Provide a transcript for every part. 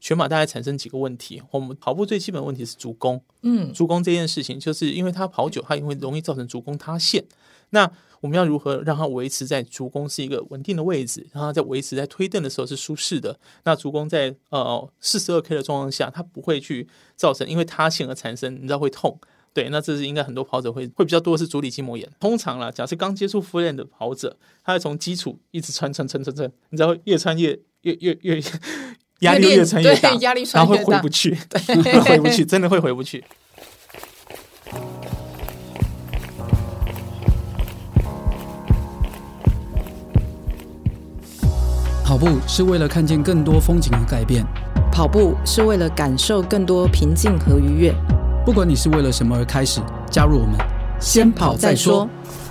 全马大概产生几个问题。我们跑步最基本的问题是足弓，足弓这件事情，就是因为它跑久，它也会容易造成足弓塌陷。那我们要如何让它维持在足弓是一个稳定的位置，让它在维持在推蹬的时候是舒适的？那足弓在42K 的状况下，它不会去造成因为塌陷而产生，你知道会痛。对，那这是应该很多跑者会比较多的是足底筋膜炎。通常啦，假设刚接触复练的跑者，他会从基础一直穿，你知道越穿越压力越穿越大， 压力穿越大， 然后会回不去，回不去，真的会回不去。 跑步是为了看见更多风景和改变， 跑步是为了感受更多平静和愉悦。 不管你是为了什么而开始，加入我们，先跑再说。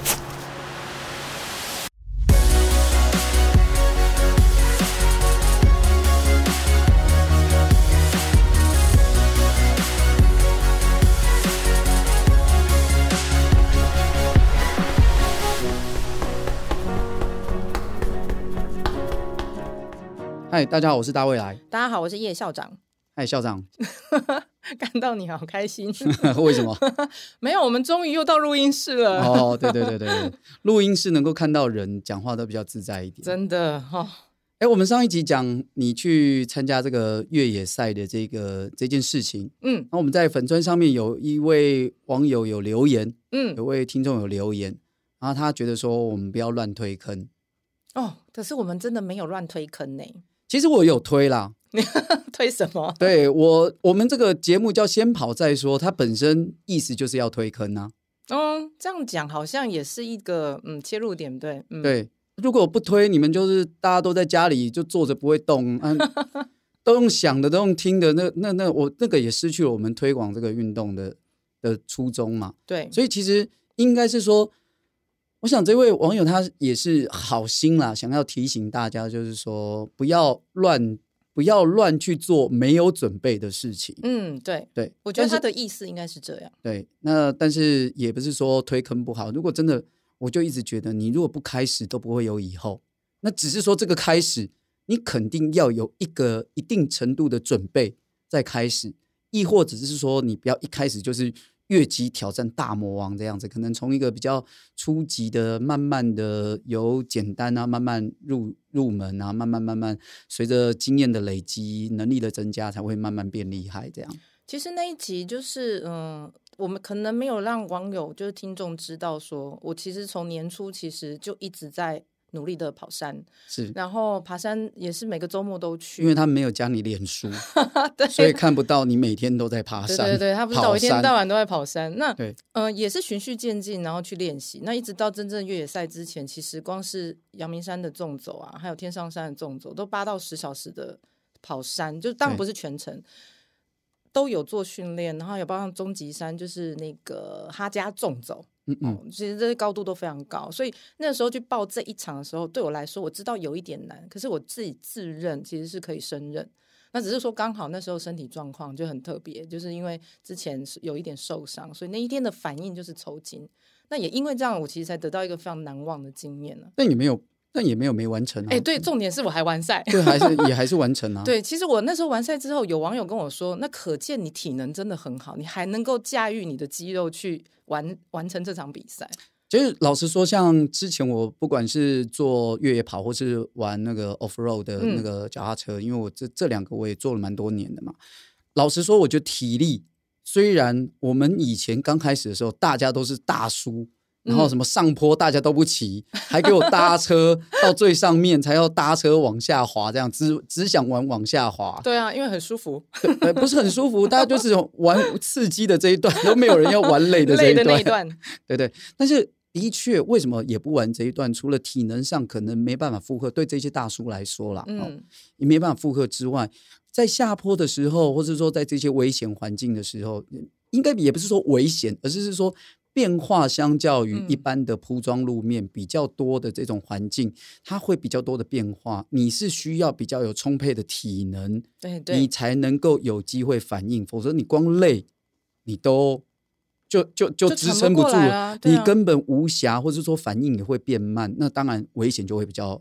嗨，大家好，我是大未来。 大家好，我是叶校长。 嗨，校长。 看到你好开心。 为什么？ 没有，我们终于又到录音室了。 哦，对，录音室能够看到人讲话都比较自在一点。 真的哦。 我们上一集讲你去参加这个越野赛的这件事情，那我们在粉专上面有一位网友有留言，有位听众有留言，然后他觉得说我们不要乱推坑。 哦，可是我们真的没有乱推坑呢。 其实我有推啦。 推什么？ 对，我们这个节目叫先跑再说，它本身意思就是要推坑啊。 这样讲好像也是一个切入点，对。 对，如果不推，你们就是大家都在家里就坐着不会动，都用想的，都用听的，那我那个也失去了我们推广这个运动的初衷嘛。 对， 所以其实应该是说，我想这位网友他也是好心啦，想要提醒大家，就是说不要乱去做没有准备的事情。 对，我觉得他的意思应该是这样。 对，那但是也不是说推坑不好，如果真的，我就一直觉得你如果不开始都不会有以后，那只是说这个开始你肯定要有一个一定程度的准备再开始，亦或者是说你不要一开始就是越级挑战大魔王这样子，可能从一个比较初级的慢慢的由简单啊慢慢入门啊，慢慢随着经验的累积能力的增加才会慢慢变厉害这样。 其实那一集就是我们可能没有让网友就是听众知道说我其实从年初其实就一直在努力的跑山， 是， 然后爬山也是每个周末都去， 因为他没有加你脸书对， 所以看不到你每天都在爬山。 对，他不知道我一天到晚都在跑山。那对， 也是循序渐进，然后去练习。那一直到真正越野赛之前，其实光是阳明山的纵走啊，还有天上山的纵走，都8到10小时的跑山，就当然不是全程。都有做训练，然后有包括终极山，就是那个哈加纵走，其实这些高度都非常高，所以那时候去报这一场的时候，对我来说我知道有一点难，可是我自己自认其实是可以胜任。那只是说刚好那时候身体状况就很特别，就是因为之前有一点受伤，所以那一天的反应就是抽筋。那也因为这样，我其实才得到一个非常难忘的经验呢。 但也没有没完成啊。 对，重点是我还完赛。 对，也还是完成啊。 对，其实我那时候完赛之后，有网友跟我说，那可见你体能真的很好，你还能够驾驭你的肌肉去完成这场比赛。 其实老实说，像之前我不管是做越野跑或是玩那个 off road 的那个脚踏车，因为我这两个我也做了蛮多年的嘛。老实说，我觉得体力虽然我们以前刚开始的时候大家都是大叔，然后什么上坡大家都不骑，还给我搭车到最上面才要搭车往下滑，这样只想往下滑。 对啊，因为很舒服。 不是很舒服，大家就是玩刺激的这一段，都没有人要玩累的这一段。 累的那一段。 对，但是的确为什么也不玩这一段，除了体能上可能没办法负荷，对这些大叔来说啦，也没办法负荷之外，在下坡的时候，或者说在这些危险环境的时候，应该也不是说危险，而是说变化相较于一般的铺装路面比较多的这种环境，它会比较多的变化，你是需要比较有充沛的体能， 对， 你才能够有机会反应，否则你光累你都就支撑不住了，你根本无暇，或者说反应也会变慢，那当然危险就会比较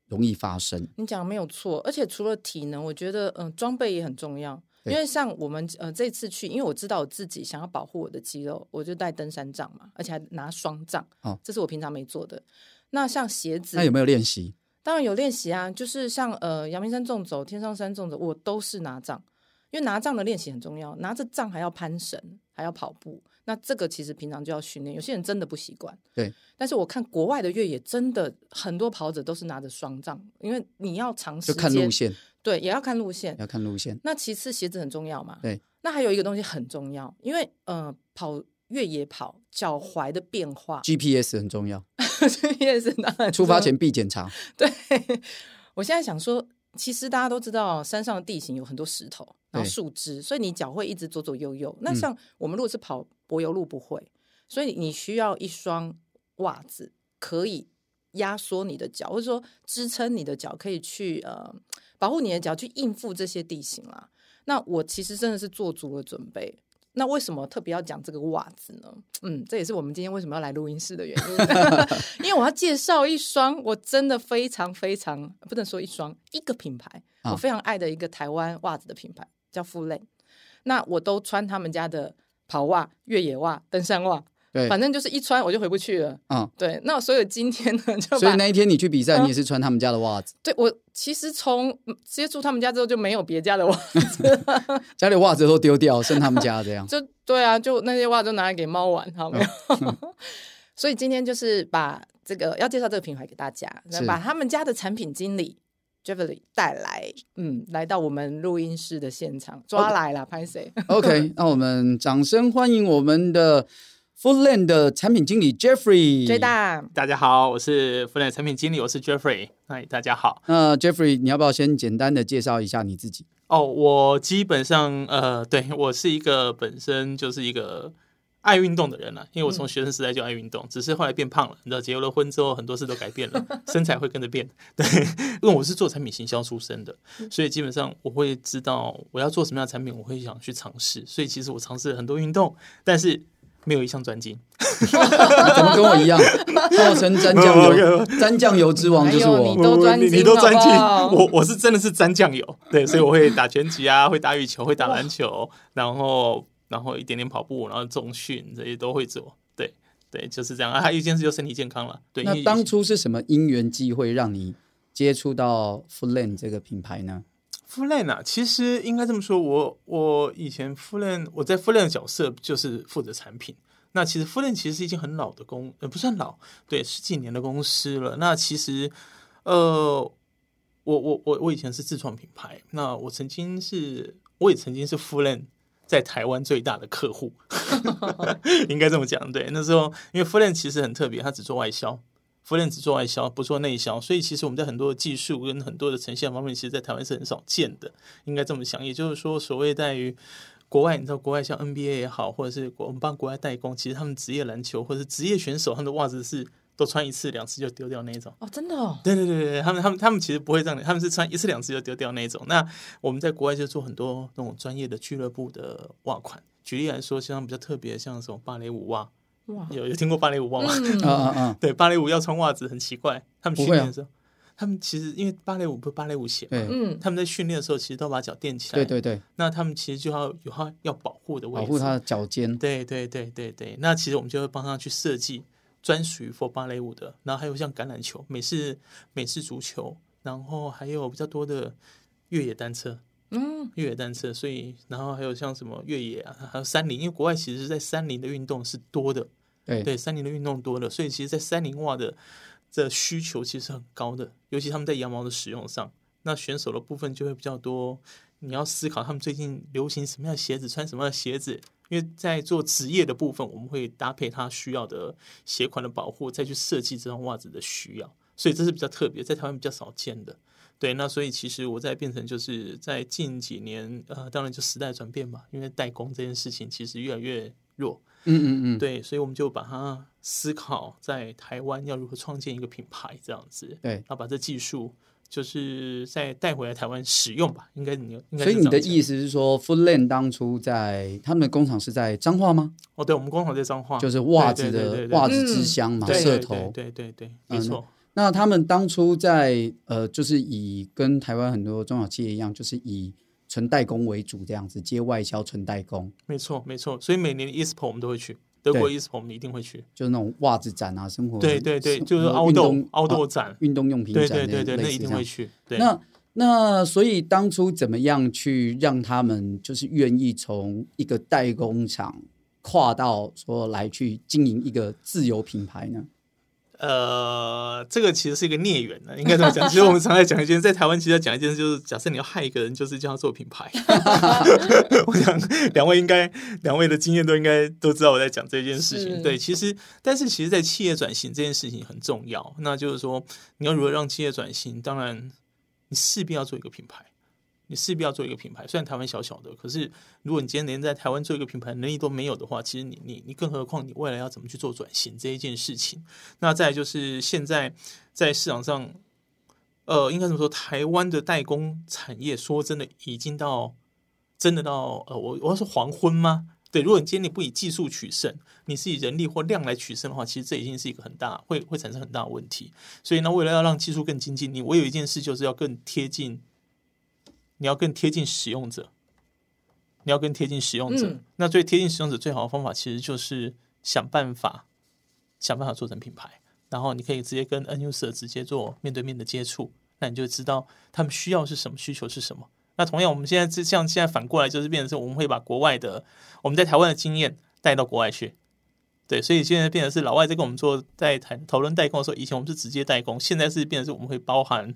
容易发生。 你讲的没有错，而且除了体能，我觉得装备也很重要。因为像我们这次去，因为我知道我自己想要保护我的肌肉，我就带登山杖嘛，而且还拿双杖，这是我平常没做的。那像鞋子， 那有没有练习？ 当然有练习啊，就是像阳明山纵走、天上山纵走，我都是拿杖，因为拿杖的练习很重要，拿着杖还要攀绳，还要跑步，那这个其实平常就要训练，有些人真的不习惯。 对， 但是我看国外的越野，真的很多跑者都是拿着双杖，因为你要长时间， 就看路线。 对，也要看路线， 要看路线。 那其次鞋子很重要嘛。 对， 那还有一个东西很重要，因为跑越野跑脚踝的变化 ，GPS 很重要。 GPS 当然出发前必检查。 对，我现在想说，其实大家都知道山上的地形有很多石头，然后树枝，所以你脚会一直左左右右。那像我们如果是跑柏油路不会，所以你需要一双袜子可以压缩你的脚，或者说支撑你的脚，可以去保护你的脚，去应付这些地形啦。那我其实真的是做足了准备。那为什么特别要讲这个袜子呢？这也是我们今天为什么要来录音室的原因。因为我要介绍一双我真的非常非常不能说一个品牌，我非常爱的一个台湾袜子的品牌叫 Footland。那我都穿他们家的跑袜、越野袜、登山袜。反正就是一穿我就回不去了。对，那所以今天呢， 所以那一天你去比赛，你也是穿他们家的袜子。 对，我其实从接触他们家之后就没有别家的袜子， 家里袜子都丢掉，剩他们家这样。 就对啊，就那些袜都拿来给猫玩，好没有？所以今天就是把这个要介绍这个品牌给大家，把他们家的产品经理 Jeffrey 带来，来到我们录音室的现场，抓来了，拍谁 ？OK， 那我们掌声欢迎我们的Footland 的产品经理 Jeffrey。 大家好，我是 Footland 产品经理，我是 Jeffrey。嗨，大家好。 Jeffrey， 你要不要先简单的介绍一下你自己？ 我基本上对，我是一个本身就是一个爱运动的人啦，因为我从学生时代就爱运动，只是后来变胖了，你知道，结了婚之后很多事都改变了，身材会跟着变。对，因为我是做产品行销出身的，所以基本上我会知道我要做什么样的产品，我会想去尝试。所以其实我尝试了很多运动，但是没有一项专精。 怎么跟我一样？号称沾酱油之王就是我。 你都专精， 你都专精，我是真的是沾酱油。对，所以我会打拳击啊，会打羽球，会打篮球，然后一点点跑步，然后重训这些都会做。对，就是这样。还有一件事就是身体健康了。对， 那当初是什么因缘际会让你接触到 Footland 这个品牌呢 ？Footland 啊，其实应该这么说，我以前 Footland 我在 Footland 的角色就是负责产品。那其实 Footland 其实是已经很老的不算老，对，10几年的公司了。那其实我以前是自创品牌，那我也曾经是 Footland 在台湾最大的客户，应该这么讲。对，那时候因为 Footland 其实很特别，它只做外销。Footland 只做外销，不做内销，所以其实我们在很多的技术跟很多的呈现方面，其实在台湾是很少见的，应该这么想。也就是说，所谓在于国外，你知道国外像 NBA 也好，或者是我们帮国外代工，其实他们职业篮球或者是职业选手，他们的袜子是都穿1次2次就丢掉那种。 真的哦？ 对，他们其实不会这样，他们是穿1次2次就丢掉那种。那我们在国外就做很多那种专业的俱乐部的袜款，举例来说，像比较特别，像什么芭蕾舞袜。有听过芭蕾舞袜吗？对，芭蕾舞要穿袜子很奇怪，他们训练的时候，他们其实因为芭蕾舞不是芭蕾舞鞋嘛，他们在训练的时候其实都把脚垫起来， 对， 那他们其实就要保护的位置， 保护他的脚尖， 对，那其实我们就会帮他去设计专属于 for 芭蕾舞的，然后还有像橄榄球、美式足球，然后还有比较多的越野单车。越野单车，所以然后还有像什么越野啊，还有山林，因为国外其实在山林的运动是多的，对，山林的运动多的，所以其实在山林袜的需求其实很高的，尤其他们在羊毛的使用上，那选手的部分就会比较多。你要思考他们最近流行什么样的鞋子，穿什么样的鞋子，因为在做职业的部分，我们会搭配他需要的鞋款的保护，再去设计这双袜子的需要，所以这是比较特别，在台湾比较少见的。对，那所以其实我在变成就是在近几年，当然就时代转变吧，因为代工这件事情其实越来越弱，对，所以我们就把它思考在台湾要如何创建一个品牌这样子， 对， 然后把这技术就是再带回来台湾使用吧，应该所以你的意思是说 Footland 当初在他们的工厂是在彰化吗？ 对，我们工厂在彰化， 就是袜子的袜子之乡嘛，社头， 对，没错。 那他们当初在就是以跟台湾很多中小企业一样，就是以纯代工为主，这样子接外销纯代工。 没错没错，所以每年的 ISPO 我们都会去，德国 ISPO 我们一定会去， 就是那种袜子展啊，生活对，就是凹豆展、 运动用品展， 对，那一定会去。对， 那所以当初怎么样去让他们就是愿意从一个代工厂跨到说来去经营一个自有品牌呢？ 这个其实是一个孽缘呢，应该这么讲。其实我们常在讲一件，在台湾其实讲一件事，就是假设你要害一个人，就是叫他做品牌。我想两位的经验都知道我在讲这件事情。对，但是其实，在企业转型这件事情很重要。那就是说，你要如何让企业转型？当然，你势必要做一个品牌。虽然台湾小小的，可是如果你今天连在台湾做一个品牌能力都没有的话，其实你更何况你未来要怎么去做转型这一件事情。那再来就是现在在市场上，应该怎么说？台湾的代工产业说真的已经到我要说黄昏吗？对，如果你今天你不以技术取胜，你是以人力或量来取胜的话，其实这已经是一个很大会产生很大的问题。所以呢，为了要让技术更精进，我有一件事就是要更贴近。你要更贴近使用者，那最贴近使用者最好的方法，其实就是想办法做成品牌，然后你可以直接跟 end user 直接做面对面的接触，那你就知道他们需要是什么，需求是什么。那同样，我们现在反过来，就是变成是我们会把国外的我们在台湾的经验带到国外去。对，所以现在变成是老外在跟我们做在讨论代工的时候，以前我们是直接代工，现在是变成是我们会包含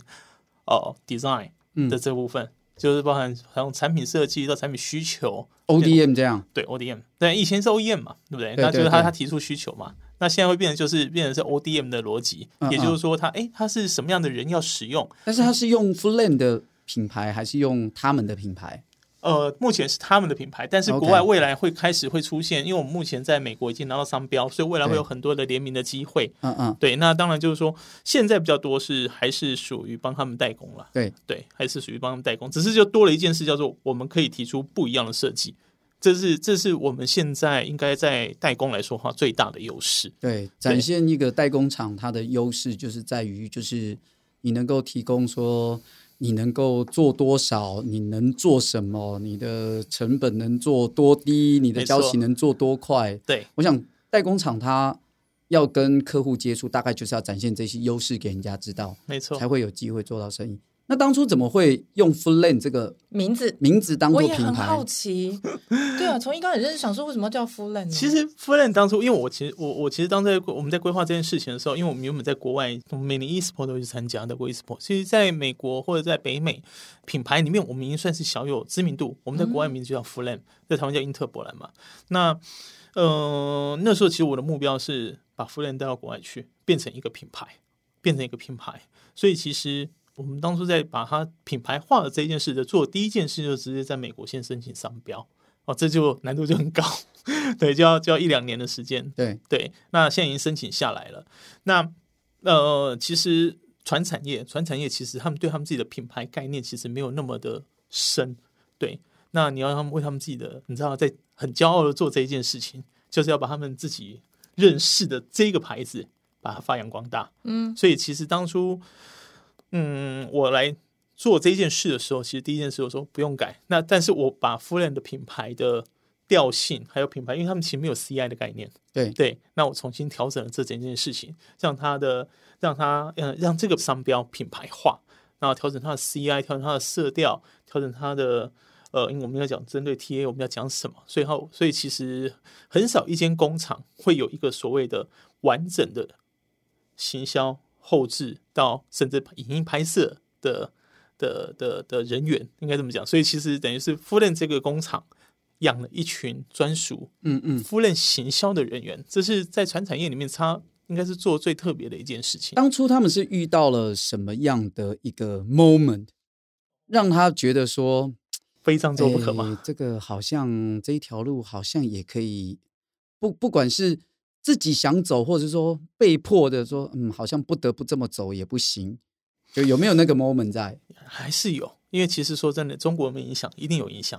design 的这部分。就是包含从产品设计到产品需求 ODM 这样。 对 ODM， 对，以前是 OEM 嘛，对不对？那就是他提出需求嘛。那现在会变成是 ODM 的逻辑，也就是说他是什么样的人要使用？ 但是他是用 Fullland 的品牌还是用他们的品牌？ 目前是他们的品牌，但是国外未来会开始会出现，因为我们目前在美国已经拿到商标，所以未来会有很多的联名的机会。对，那当然就是说，现在比较多还是属于帮他们代工了。对，还是属于帮他们代工，只是就多了一件事，叫做我们可以提出不一样的设计。这是我们现在应该在代工来说话最大的优势。 对，展现一个代工厂它的优势就是在于，就是你能够提供说。你能够做多少？你能做什么？你的成本能做多低？你的交期能做多快？ 对， 我想代工厂它要跟客户接触，大概就是要展现这些优势给人家知道， 没错， 才会有机会做到生意。那当初怎么会用 Fullland 这个名字当做品牌？我也很好奇。对啊，从一开始认识想说为什么要叫 Fullland 呢？ 其实 Fullland 当初，因为我其实当我们在规划这件事情的时候，因为我们原本在国外，我们每年 ISPO 都去参加德国 ISPO。其实在美国或者在北美品牌里面，我们已经算是小有知名度。我们在国外名字就叫 Fullland，在台湾叫英特伯兰嘛。那那时候其实我的目标是把 Fullland 带到国外去，变成一个品牌。所以其实。我们当初在把它品牌化的这一件事的做第一件事，就直接在美国先申请商标这就难度就很高，对，就要1-2年的时间，对。那现在已经申请下来了。那其实传产业其实他们对他们自己的品牌概念其实没有那么的深，对。那你要让他们为他们自己的，你知道，在很骄傲的做这一件事情，就是要把他们自己认识的这个牌子把它发扬光大。所以其实当初。我来做这件事的时候，其实第一件事我说不用改。那但是我把 Fullland 的品牌的调性还有品牌，因为他们其实没有 CI 的概念，对。那我重新调整了这整件事情，让这个商标品牌化，然后调整它的 CI， 调整它的色调，调整它的因为我们要讲针对 TA 我们要讲什么，所以其实很少一间工厂会有一个所谓的完整的行销。后置到甚至影音拍摄的人员，应该这么讲。所以其实等于是 Fullland 这个工厂养了一群专属Fullland 行销的人员，这是在传产业里面应该是做最特别的一件事情。 当初他们是遇到了什么样的一个 moment， 让他觉得说非这样做不可吗？ 这个好像这一条路好像也可以，不管是。自己想走，或者说被迫的说，好像不得不这么走也不行，就有没有那个 moment 在？ 还是有，因为其实说真的，中国有没有影响，一定有影响。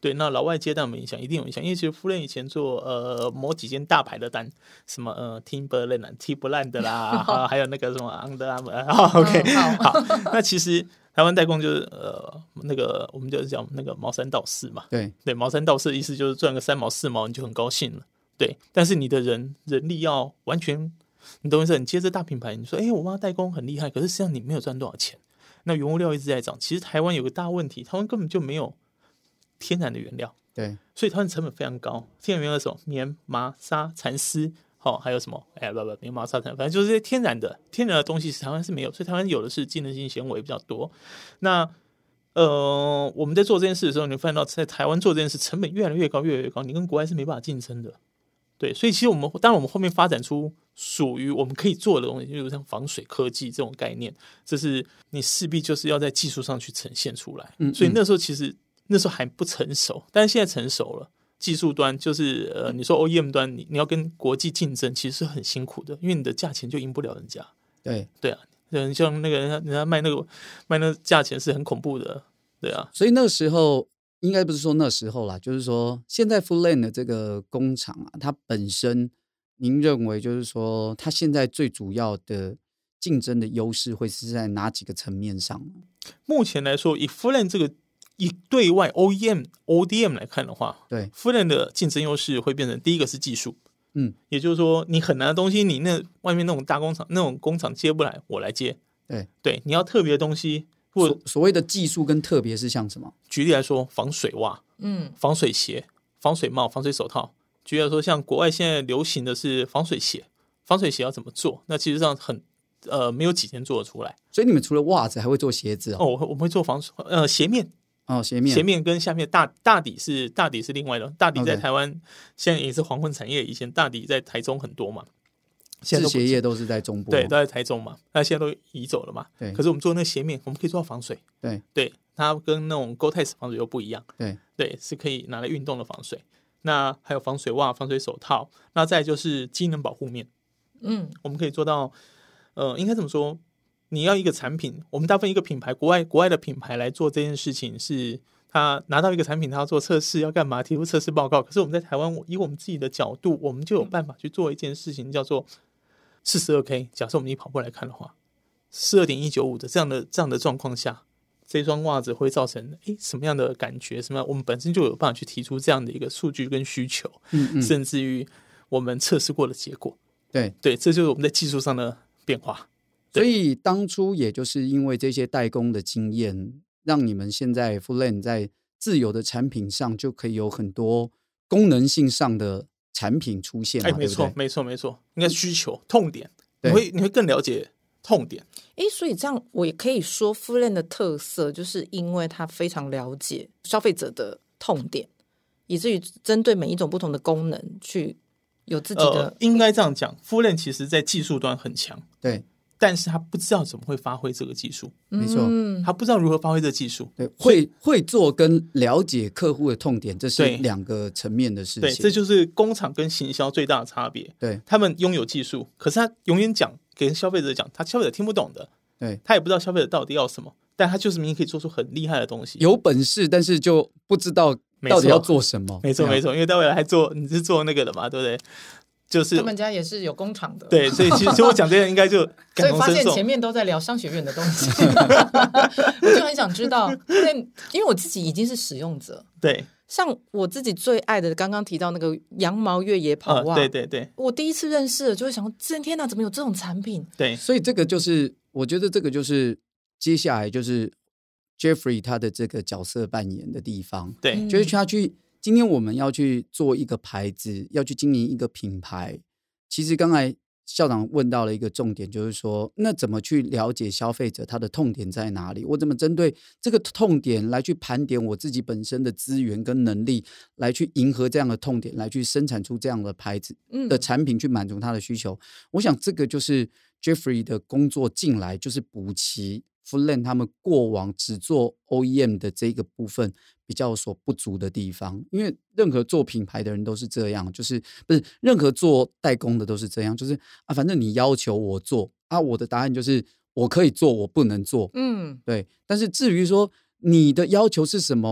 对，那老外接单有没有影响？一定有影响，因为其实夫人以前做某几间大牌的单，什么Timberland 啦，还有那个什么 Under Armour，OK， 好，那其实台湾代工就是那个我们就是讲那个毛三到四嘛， 对， 毛三到四的意思就是赚个3毛4毛你就很高兴了，对，但是你的人力要完全，你懂我意思？你接着大品牌，你说我帮他代工很厉害，可是实际上你没有赚多少钱，那原物料一直在涨，其实台湾有个大问题，台湾根本就没有天然的原料， 对， 所以台湾成本非常高。天然原料是什么？棉、麻、纱、蚕丝，还有什么？棉麻、纱、蚕，反正就是这些天然的东西，台湾是没有，所以台湾有的是机能性纤维比较多。那我们在做这件事的时候，你发现到在台湾做这件事成本越来越高，越来越高，你跟国外是没办法竞争的。对，所以其实当然我们后面发展出属于我们可以做的东西，例如像防水科技这种概念，这是你势必就是要在技术上去呈现出来。所以那时候还不成熟，但是现在成熟了。技术端就是你说 OEM 端，你要跟国际竞争，其实是很辛苦的，因为你的价钱就赢不了人家。对啊，像那个人家卖那个价钱是很恐怖的，对啊。 所以那时候应该不是说那时候啦，就是说现在 Foodland 的这个工厂啊，它本身您认为就是说它现在最主要的竞争的优势会是在哪几个层面上呢？ 目前来说，以 Foodland 这个以对外 OEM、ODM 来看的话， 对 Foodland 的竞争优势会变成第一个是技术，也就是说你很难的东西，你那外面那种大工厂、那种工厂接不来，我来接。对，你要特别的东西， 所谓的技术跟特别是像什么？ 举例来说，防水袜、防水鞋、防水帽、防水手套。举例来说，像国外现在流行的是防水鞋，防水鞋要怎么做？那其实上没有几天做得出来。 所以你们除了袜子还会做鞋子我们会做鞋面。鞋面跟下面大底是另外的，大底在台湾现在也是黄昏产业，以前大底在台中很多嘛， 制鞋业都是在中部， 对，都在台中嘛，那现在都移走了嘛。 对， 可是我们做那个鞋面，我们可以做到防水。对，它跟那种 Gore-Tex 防水又不一样。对，是可以拿来运动的防水。那还有防水袜、防水手套，那再来就是机能保护面。我们可以做到，应该怎么说？你要一个产品，我们大部分一个品牌，国外的品牌来做这件事情，是他拿到一个产品，他要做测试，要干嘛？提出测试报告。可是我们在台湾，以我们自己的角度，我们就有办法去做一件事情，叫做42K。假设我们以跑步来看的话，42.195的这样的状况下，这双袜子会造成什么样的感觉？什么样？我们本身就有办法去提出这样的一个数据跟需求，甚至于我们测试过的结果。对，这就是我们在技术上的变化。 所以当初也就是因为这些代工的经验，让你们现在 Foodland 在自有的产品上就可以有很多功能性上的产品出现嘛？ 没错，应该需求痛点，你会更了解痛点。 所以这样我也可以说 Foodland 的特色就是因为它非常了解消费者的痛点，以至于针对每一种不同的功能去有自己的。 应该这样讲 ，Foodland 其实在技术端很强。 对。 但是他不知道怎么会发挥这个技术， 没错， 他不知道如何发挥这个技术。 对，会做跟了解客户的痛点，这是两个层面的事情。 对，这就是工厂跟行销最大的差别。 对， 他们拥有技术，可是他永远讲给消费者讲，他消费者听不懂的。 对， 他也不知道消费者到底要什么，但他就是明明可以做出很厉害的东西。 有本事，但是就不知道到底要做什么。 没错，因为待会还你是做那个的嘛，对不对？就是他们家也是有工厂的， 对，所以其实我讲这个应该就所以发现前面都在聊商学院的东西，我就很想知道，因为我自己已经是使用者， 对， 像我自己最爱的，刚刚提到那个羊毛越野跑袜， 对， 我第一次认识了，就会想说，天哪，怎么有这种产品？ 对， 所以这个就是我觉得这个就是接下来就是 Jeffrey 他的这个角色扮演的地方， 对， 就是他去。今天我们要去做一个牌子，要去经营一个品牌。其实刚才校长问到了一个重点，就是说，那怎么去了解消费者他的痛点在哪里？我怎么针对这个痛点来去盘点我自己本身的资源跟能力，来去迎合这样的痛点，来去生产出这样的牌子的产品，去满足他的需求。我想这个就是 Jeffrey 的工作进来，就是补齐Foodland 他们过往只做 OEM 的这个部分比较所不足的地方，因为任何做品牌的人都是这样，就是不是任何做代工的都是这样，就是反正你要求我做我的答案就是我可以做，我不能做，对。但是至于说你的要求是什么，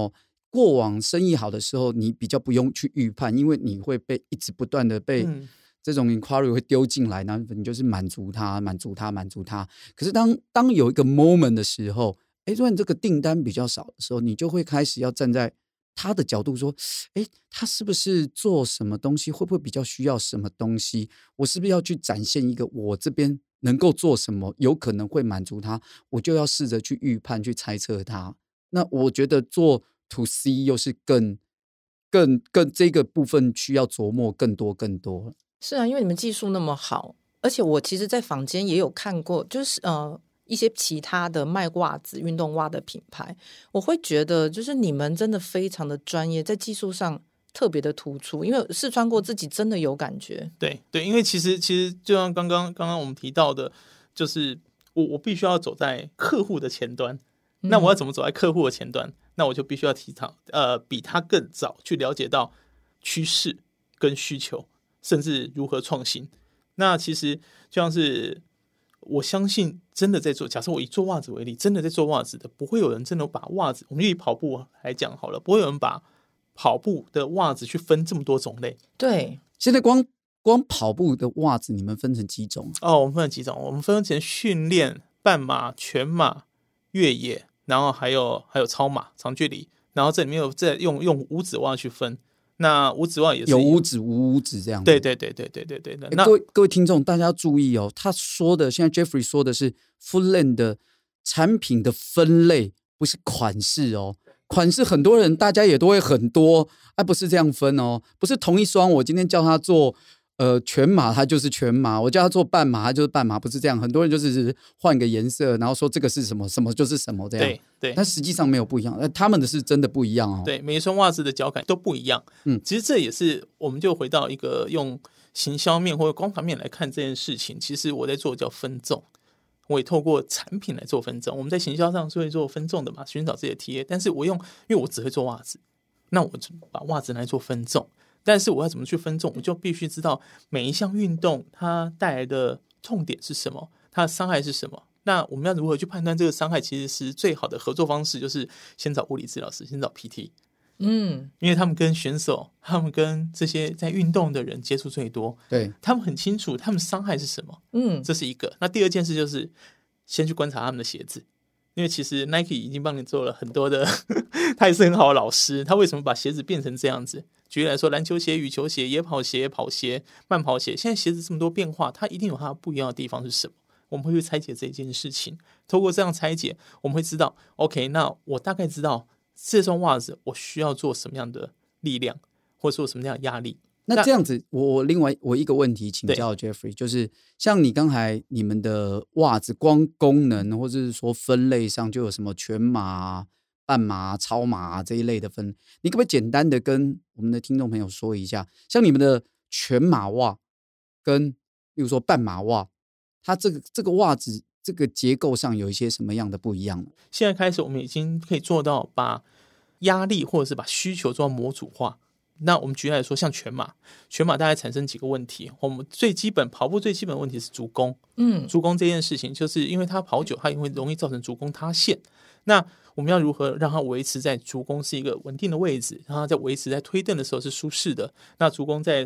过往生意好的时候，你比较不用去预判，因为你会被一直不断的被这种 inquiry 会丢进来，然后你就是满足它。可是当有一个 moment 的时候，如果你这个订单比较少的时候，你就会开始要站在他的角度说，他是不是做什么东西，会不会比较需要什么东西？我是不是要去展现一个我这边能够做什么，有可能会满足他，我就要试着去预判、去猜测他。那我觉得做 to C 又是更这个部分需要琢磨更多。 是啊，因为你们技术那么好，而且我其实在坊间也有看过，就是一些其他的卖袜子、运动袜的品牌，我会觉得就是你们真的非常的专业，在技术上特别的突出，因为试穿过自己真的有感觉。 对，因为其实就像刚刚我们提到的，就是我必须要走在客户的前端。那我要怎么走在客户的前端？那我就必须要比他更早去了解到趋势跟需求，甚至如何创新。那其实就像是我相信真的在做，假设我以做袜子为例，真的在做袜子的，不会有人真的把袜子，我们以跑步来讲好了，不会有人把跑步的袜子去分这么多种类。 对， 现在光跑步的袜子你们分成几种？ 我们分成几种？我们分成训练、半马、全马、越野，然后还有超马长距离，然后这里面有再用五指袜去分。那五指袜也是有五指无五指这样。 对。那各位听众大家要注意哦，他说的现在 Jeffrey 说的是 Footland 的产品的分类，不是款式哦。款式很多人大家也都会很多，不是这样分哦，不是同一双我今天叫他做全马他就是全马，我叫他做半马他就是半马，不是这样。很多人就是换个颜色，然后说这个是什么什么就是什么这样。 对， 但实际上没有不一样，他们的是真的不一样哦。 对，每一双袜子的脚感都不一样。其实这也是我们就回到一个用行销面或者光盘面来看这件事情。其实我在做叫分众，我也透过产品来做分众。我们在行销上是会做分众的嘛，寻找自己的 TA。但是因为我只会做袜子，那我就把袜子来做分众。但是我要怎么去分众，我就必须知道每一项运动它带来的痛点是什么，它的伤害是什么。那我们要如何去判断这个伤害？其实是最好的合作方式就是先找物理治疗师，先找 PT。因为他们跟选手，他们跟这些在运动的人接触最多， 对， 他们很清楚他们伤害是什么。这是一个。那第二件事就是先去观察他们的鞋子。因为其实 Nike 已经帮你做了很多的他也是很好的老师，他为什么把鞋子变成这样子？举例来说，篮球鞋、羽球鞋、野跑鞋、跑鞋、慢跑鞋，现在鞋子这么多变化，它一定有它不一样的地方是什么？我们会去拆解这件事情，透过这样拆解，我们会知道 OK， 那我大概知道这双袜子我需要做什么样的力量，或者说什么样的压力。 那这样子，我一个问题请教 Jeffrey， 就是像你刚才你们的袜子，光功能或者是说分类上就有什么全马、半马、超马这一类的分，你可不可以简单的跟我们的听众朋友说一下，像你们的全马袜跟比如说半马袜，它这个袜子这个结构上有一些什么样的不一样？ 现在开始我们已经可以做到把压力或者是把需求做到模组化。那我们举例来说，像全马大概产生几个问题。我们跑步最基本的问题是足弓。足弓这件事情，就是因为它跑久，它也会容易造成足弓塌陷。那我们要如何让它维持在足弓是一个稳定的位置，让它在维持在推蹬的时候是舒适的？那足弓在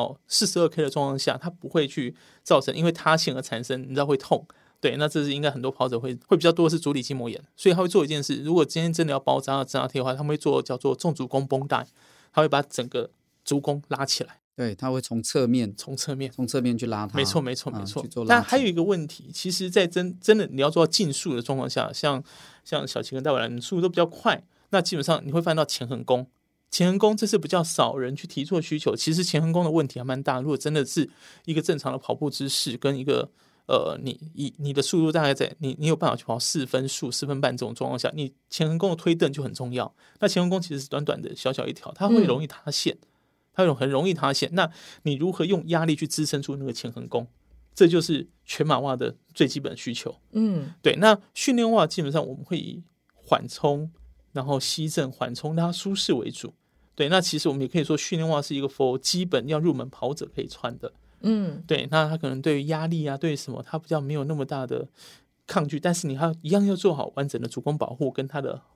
42K 的状况下，它不会去造成因为塌陷而产生，你知道会痛。对，那这是应该很多跑者会比较多的是足底筋膜炎，所以他会做一件事：如果今天真的要包扎贴的话，他们会做叫做重足弓绷带。他会把整个足弓拉起来， 对，他会从侧面去拉它， 没错。但还有一个问题，其实，在真的你要做到竞速的状况下，像小齐跟大伟兰速度都比较快，那基本上你会发现到前横弓，这是比较少人去提出的需求。其实前横弓的问题还蛮大，如果真的是一个正常的跑步姿势跟一个你的速度大概在你有办法去跑4分速、4分半这种状况下，你前横弓的推蹬就很重要。那前横弓其实是短短的小小一条，它会容易塌陷，很容易塌陷。那你如何用压力去支撑住那个前横弓？这就是全马袜的最基本的需求。对。那训练袜基本上我们会以缓冲，然后吸震、缓冲让它舒适为主。对。那其实我们也可以说，训练袜是一个 for 基本要入门跑者可以穿的。对，那他可能对于压力啊，对于什么，他比较没有那么大的抗拒，但是你一样要做好完整的足弓保护跟他的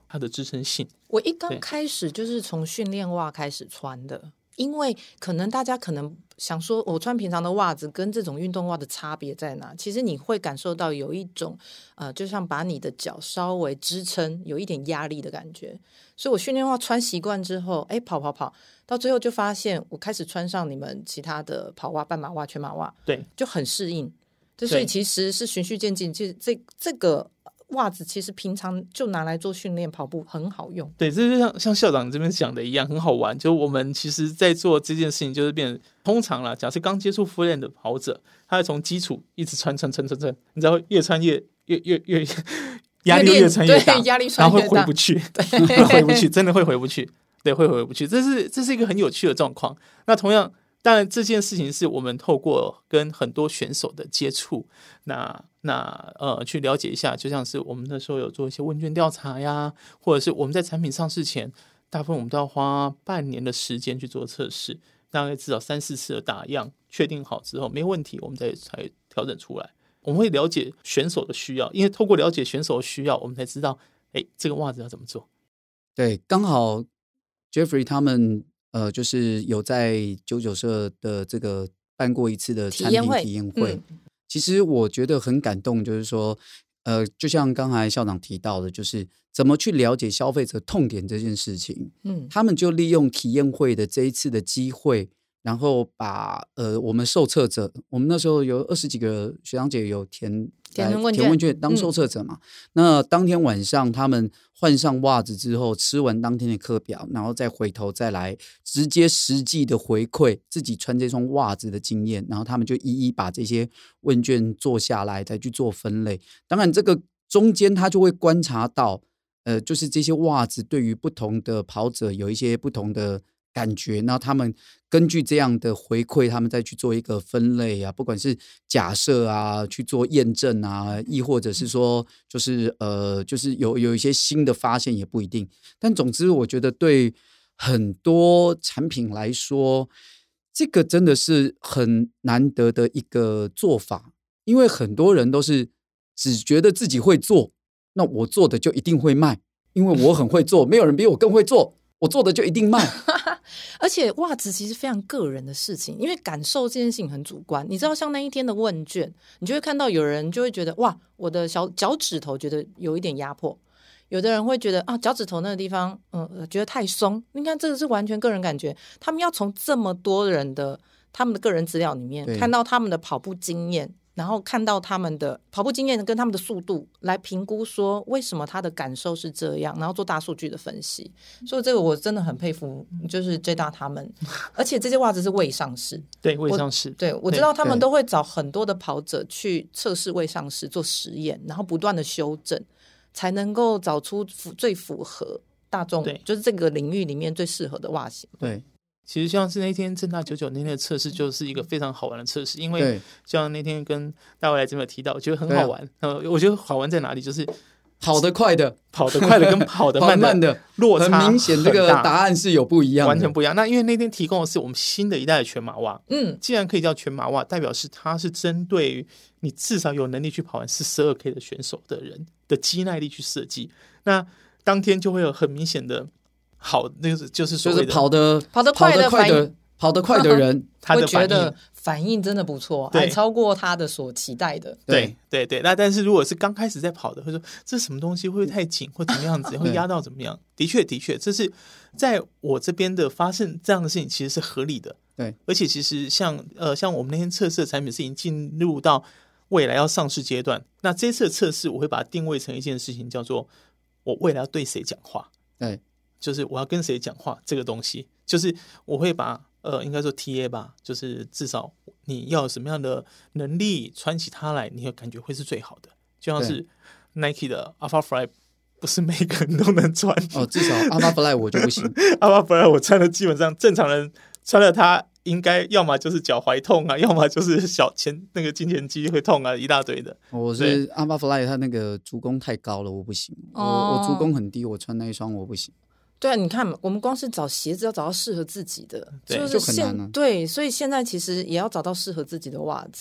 它的支撑性。 我一刚开始就是从训练袜开始穿的，因为可能大家可能想说我穿平常的袜子跟这种运动袜的差别在哪，其实你会感受到有一种就像把你的脚稍微支撑有一点压力的感觉。所以我训练袜穿习惯之后跑到最后就发现我开始穿上你们其他的跑袜、半马袜、全马袜， 对， 就很适应。所以其实是循序渐进，其实这个袜子其实平常就拿来做训练跑步很好用。 对，这就像校长这边讲的一样，很好玩。就我们其实在做这件事情，就是变通常啦，假设刚接触复练的跑者，他会从基础一直穿，你知道越穿越压力越穿越大， 压力穿越大， 然后回不去，会回不去，真的会回不去，对，会回不去。这是一个很有趣的状况。那同样，当然这件事情是我们透过跟很多选手的接触，去了解一下，就像是我们那时候有做一些问卷调查呀，或者是我们在产品上市前，大部分我们都要花半年的时间去做测试，大概至少3-4次的打样，确定好之后没问题，我们才调整出来。我们会了解选手的需要，因为透过了解选手的需要，我们才知道这个袜子要怎么做。 对，刚好 Jeffrey 他们就是有在99社的这个办过一次的产品体验会。其实我觉得很感动，就是说就像刚才校长提到的，就是怎么去了解消费者痛点这件事情。他们就利用体验会的这一次的机会，然后把我们受测者，我们那时候有20几个学长姐有填问卷当受测者嘛。那当天晚上他们换上袜子之后，吃完当天的课表，然后再回头再来直接实际的回馈自己穿这双袜子的经验，然后他们就一一把这些问卷做下来，再去做分类。当然这个中间他就会观察到就是这些袜子对于不同的跑者有一些不同的感觉，然后他们根据这样的回馈，他们再去做一个分类啊，不管是假设啊，去做验证啊，亦或者是说就是有一些新的发现也不一定。但总之我觉得对很多产品来说，这个真的是很难得的一个做法，因为很多人都是只觉得自己会做，那我做的就一定会卖，因为我很会做，没有人比我更会做，我做的就一定卖。 而且袜子其实非常个人的事情，因为感受这件事情很主观。你知道像那一天的问卷，你就会看到有人就会觉得哇，我的脚趾头觉得有一点压迫，有的人会觉得脚趾头那个地方觉得太松。你看这个是完全个人感觉，他们要从这么多人的他们的个人资料里面看到他们的跑步经验，然后看到他们的跑步经验跟他们的速度来评估说为什么他的感受是这样，然后做大数据的分析。所以这个我真的很佩服，就是 J 大他们。而且这些袜子是未上市， 对，未上市， 对，我知道他们都会找很多的跑者去测试未上市做实验，然后不断的修正，才能够找出最符合大众，就是这个领域里面最适合的袜型。 对， 其实像是那天政大99那天的测试就是一个非常好玩的测试，因为像那天跟大卫来这边有提到，我觉得很好玩。我觉得好玩在哪里，就是跑得快的跟跑得慢的落差很明显，这个答案是有不一样的， 完全不一样。那因为那天提供的是我们新的一代的全马袜，既然可以叫全马袜，代表是它是针对于你至少有能力去跑完42K 的选手的人的肌耐力去设计。那当天就会有很明显的好，那个就是所谓的跑得快的人， 他的觉得反应真的不错，还超过他的所期待的。 对。那但是如果是刚开始在跑的，会说这是什么东西，会不会太紧，或怎么样子，会压到怎么样？的确，这是在我这边的发生这样的事情，其实是合理的。 对， 而且其实像我们那天测试的产品是已经进入到未来要上市阶段。那这次的测试，我会把它定位成一件事情，叫做我未来要对谁讲话。 对， 就是我要跟谁讲话这个东西，就是我会把应该说 TA 吧，就是至少你要有什么样的能力穿起它来，你的感觉会是最好的。就像是 Nike 的 Alpha Fly， 不是每个人都能穿至少 Alpha Fly 我就不行。 Alpha Fly 我穿的基本上正常人穿了它，应该要么就是脚踝痛啊，要么就是那个胫前肌会痛啊，一大堆的。 我是 Alpha Fly 它那个足弓太高了，我不行。我足弓很低，我穿那一双我不行。 对啊，你看我们光是找鞋子要找到适合自己的， 就很难啊。 对，所以现在其实也要找到适合自己的袜子。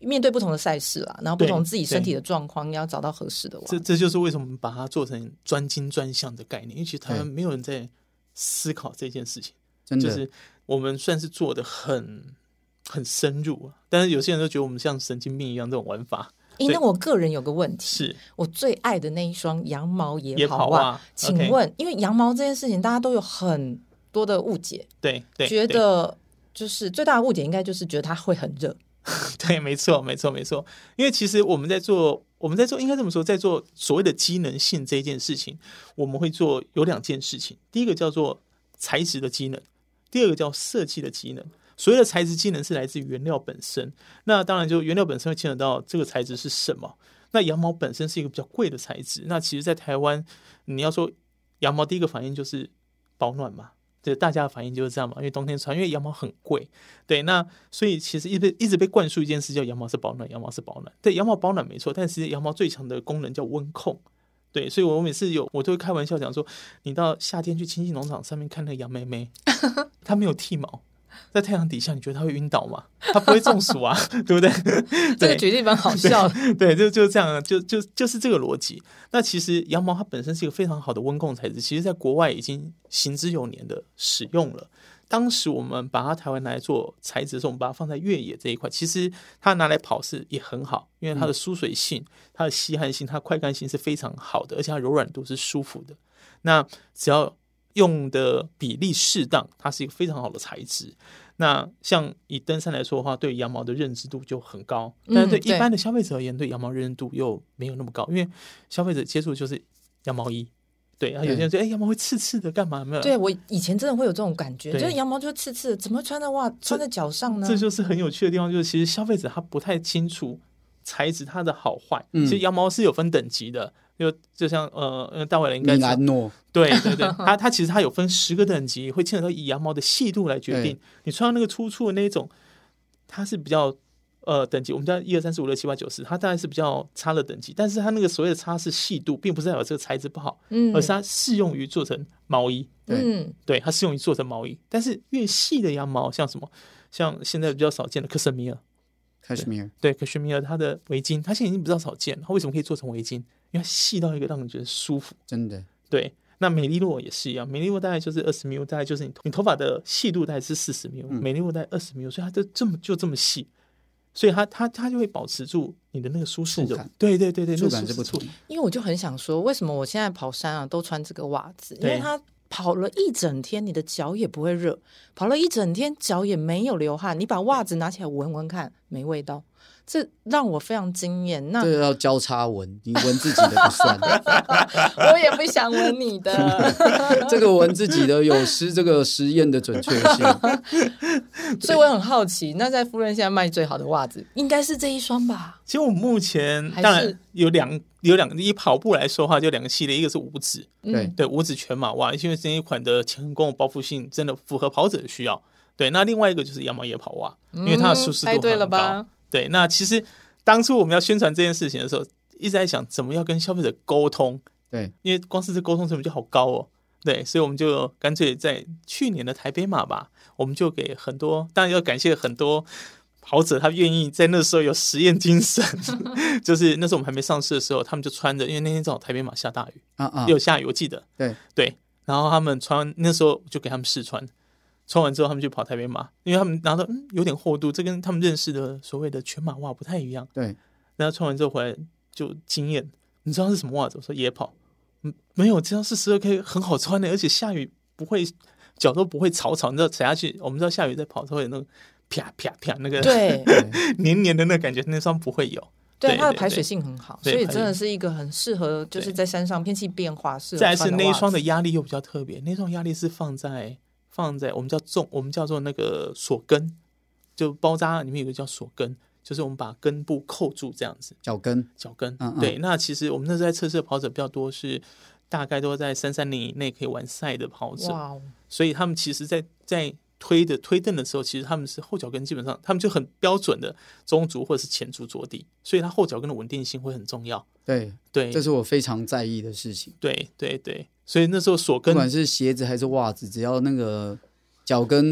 面对不同的赛事啦，然后不同自己身体的状况，要找到合适的袜子。 这就是为什么我们把它做成专精专项的概念，因为其实台湾没有人在思考这件事情， 真的就是我们算是做的很深入，但是有些人都觉得我们像神经病一样这种玩法。 那我个人有个问题， 是我最爱的那一双羊毛野跑袜， 请问，因为羊毛这件事情大家都有很多的误解， 对， 觉得就是最大的误解应该就是觉得它会很热。 对，没错。因为其实我们在做应该这么说，在做所谓的机能性这一件事情，我们会做有2件事情。第一个叫做材质的机能，第二个叫设计的机能。所谓的材质机能是来自于原料本身，那当然就原料本身会牵扯到这个材质是什么。那羊毛本身是一个比较贵的材质，那其实在台湾你要说羊毛，第一个反应就是保暖嘛，对，大家的反应就是这样嘛，因为冬天穿，因为羊毛很贵，对，那所以其实一直被灌输一件事叫羊毛是保暖，羊毛是保暖，对，羊毛保暖没错，但其实羊毛最强的功能叫温控，对，所以我每次我都会开玩笑讲说，你到夏天去亲近农场上面看那个羊妹妹，她没有剃毛，在太阳底下，你觉得他会晕倒吗？他不会中暑啊，对不对？ 这个举例蛮好笑的。 对，就这样，就是这个逻辑。那其实羊毛它本身是一个非常好的温控材质，其实在国外已经行之有年的使用了。当时我们把它台湾拿来做材质的时候，我们把它放在越野这一块，其实它拿来跑是也很好，因为它的疏水性、它的吸汗性、它的快干性是非常好的，而且它柔软度是舒服的。那只要用的比例适当，它是一个非常好的材质。那像以登山来说的话，对羊毛的认知度就很高，但是对一般的消费者而言，对羊毛认知度又没有那么高，因为消费者接触的就是羊毛衣。对，有些人说羊毛会刺刺的干嘛？没有。 对，我以前真的会有这种感觉，就是羊毛就刺刺的，怎么会穿在脚上呢？ 这就是很有趣的地方，就是其实消费者他不太清楚材质它的好坏。其实羊毛是有分等级的，就像大伟人应该米兰诺， 对，它其实它有分10个等级，会牵扯到以羊毛的细度来决定。你穿到那个粗粗的那一种，它是比较等级，我们叫1、2、3、4、5、6、7、8、9、10，它大概是比较差的等级，但是它那个所谓的差是细度，并不是代表这个材质不好，而是它适用于做成毛衣。对，它适用于做成毛衣。但是越细的羊毛，像什么，像现在比较少见的克什米尔。对，克什米尔它的围巾，它现在已经比较少见，它为什么可以做成围巾？因为它细到一个让人觉得舒服， 真的。 对，那美利诺也是一样，美利诺大概就是20 μ， 大概就是你头发的细度大概是40 μ，美利诺大概20 μ，所以它就这么细，所以它就会保持住你的那个舒适感。对， 触感是不同。 因为我就很想说，为什么我现在跑山啊都穿这个袜子？因为它跑了一整天，你的脚也不会热；跑了一整天，脚也没有流汗。你把袜子拿起来闻闻看，没味道，这让我非常惊艳。那这要交叉闻，你闻自己的不算。 我也不想闻你的。 这个闻自己的有失这个实验的准确性。 所以我很好奇，那在夫人现在卖最好的袜子，应该是这一双吧？ 其实我们目前当然有两个，以跑步来说的话，就2个系列，一个是五指，对，五指全马袜，因为这一款的前功包覆性真的符合跑者的需要。对，那另外一个就是羊毛野跑袜，因为它的舒适度很高。 对了吧？ 对，那其实当初我们要宣传这件事情的时候，一直在想怎么要跟消费者沟通。 对， 因为光是这沟通成本就好高哦。对，所以我们就干脆在去年的台北马吧，我们就给很多，当然要感谢很多跑者，他愿意在那时候有实验精神。就是那时候我们还没上市的时候，他们就穿着，因为那天正好台北马下大雨有下雨，我记得。对，然后他们穿，那时候就给他们试穿。穿完之后，他们去跑台北马，因为他们拿到有点厚度，这跟他们认识的所谓的全马袜不太一样。 对， 然后穿完之后回来就惊艳，你知道是什么袜子？我说野跑，没有，这样是12K 很好穿的，而且下雨不会，脚都不会草，你知道踩下去，我们知道下雨在跑的时候有那种啪啪啪那个黏黏的那个感觉，那双不会有。 对，它的排水性很好，所以真的是一个很适合，就是在山上天气变化适合穿的袜子。 再来是那一双的压力又比较特别，那双压力是放在我们叫做那个锁跟，就包扎里面有个叫锁跟，就是我们把根部扣住这样子。 脚跟， 对。那其实我们那时候在测试的跑者比较多，是大概都在330以内可以完赛的跑者。 哇， 所以他们其实在推蹬的时候，其实他们是后脚跟基本上他们就很标准的中足或者是前足着地，所以他后脚跟的稳定性会很重要。 对，这是我非常在意的事情。 对，所以那时候锁跟不管是鞋子还是袜子，只要那个脚跟